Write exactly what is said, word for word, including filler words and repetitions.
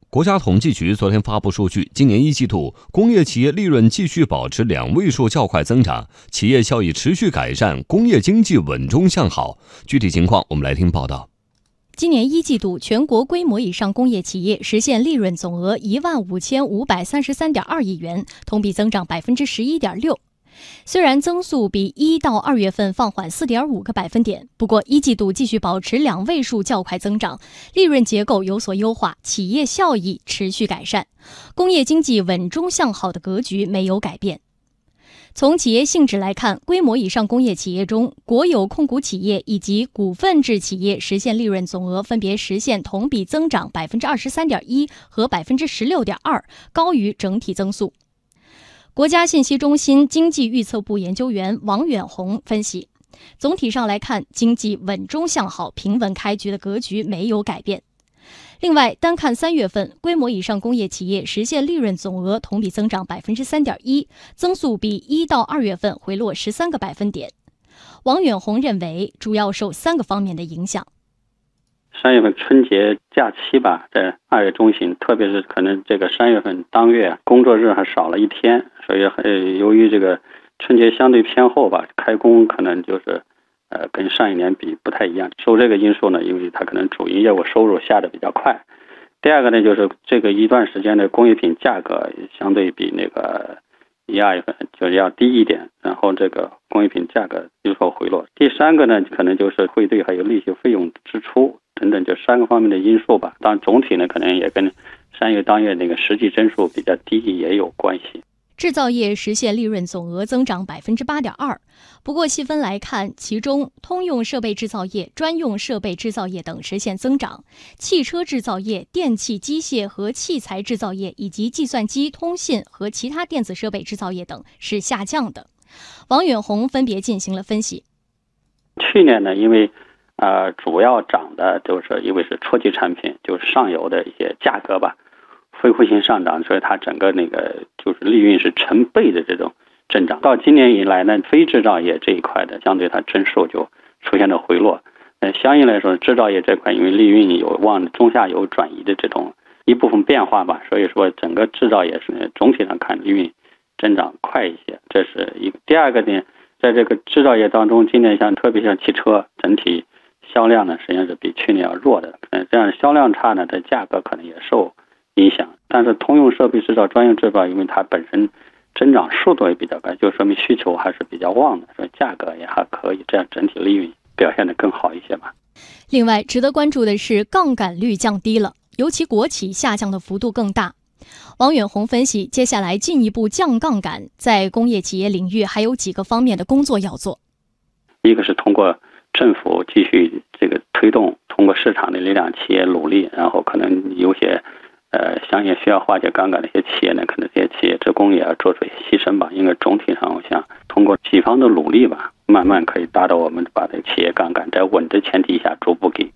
国家统计局昨天发布数据，今年一季度工业企业利润继续保持两位数较快增长，企业效益持续改善，工业经济稳中向好。具体情况我们来听报道。 今年一季度，全国规模以上工业企业实现利润总额一万五千五百三十三点二亿元，同比增长百分之十一点六。虽然增速比一到二月份放缓四点五个百分点，不过一季度继续保持两位数较快增长，利润结构有所优化，企业效益持续改善，工业经济稳中向好的格局没有改变。从企业性质来看，规模以上工业企业中，国有控股企业以及股份制企业实现利润总额分别实现同比增长百分之二十三点一和百分之十六点二，高于整体增速。国家信息中心经济预测部研究员王远红分析，总体上来看，经济稳中向好、平稳开局的格局没有改变。另外，单看三月份，规模以上工业企业实现利润总额同比增长百分之三点一，增速比一到二月份回落十三个百分点。王远红认为，主要受三个方面的影响。 三月份春节假期吧，在二月中旬，特别是可能这个三月份当月工作日还少了一天，所以呃，由于这个春节相对偏后吧，开工可能就是呃跟上一年比不太一样。受这个因素呢，因为它可能主营业务收入下的比较快。第二个呢，就是这个一段时间的工业品价格相对比那个一二月份就是要低一点，然后这个工业品价格有所回落。第三个呢，可能就是汇兑还有利息费用支出等等这三个方面的因素吧。当然总体呢，可能也跟三月当月那个实际增速比较低也有关系。 制造业实现利润总额增长百分之八点二，不过细分来看，其中通用设备制造业、专用设备制造业等实现增长，汽车制造业、电气机械和器材制造业以及计算机、通信和其他电子设备制造业等是下降的。王远红分别进行了分析。 去年呢，因为呃主要涨的就是因为是初级产品，就是上游的一些价格吧，恢复性上涨，所以它整个那个就是利润是成倍的这种增长。到今年以来呢，非制造业这一块的相对它增速就出现了回落。呃，相应来说，制造业这块因为利润有往中下游转移的这种一部分变化吧，所以说整个制造业是总体上看利润增长快一些，这是一个。第二个呢，在这个制造业当中，今年像特别像汽车整体销量呢，实际上是比去年要弱的。嗯，这样销量差呢，它价格可能也受影响。但是通用设备制造、专用制造，因为它本身增长速度也比较快，就说明需求还是比较旺的，所以价格也还可以，这样整体利润表现得更好一些吧。 另外，值得关注的是杠杆率降低了，尤其国企下降的幅度更大。王远红分析，接下来进一步降杠杆，在工业企业领域还有几个方面的工作要做。 一个是通过政府继续这个推动，通过市场的力量，企业努力，然后可能有些呃相应需要化解杠杆的一些企业呢，可能这些企业职工也要做出牺牲吧。因为总体上，我想通过几方的努力吧，慢慢可以达到我们把这个企业杠杆在稳的前提下逐步给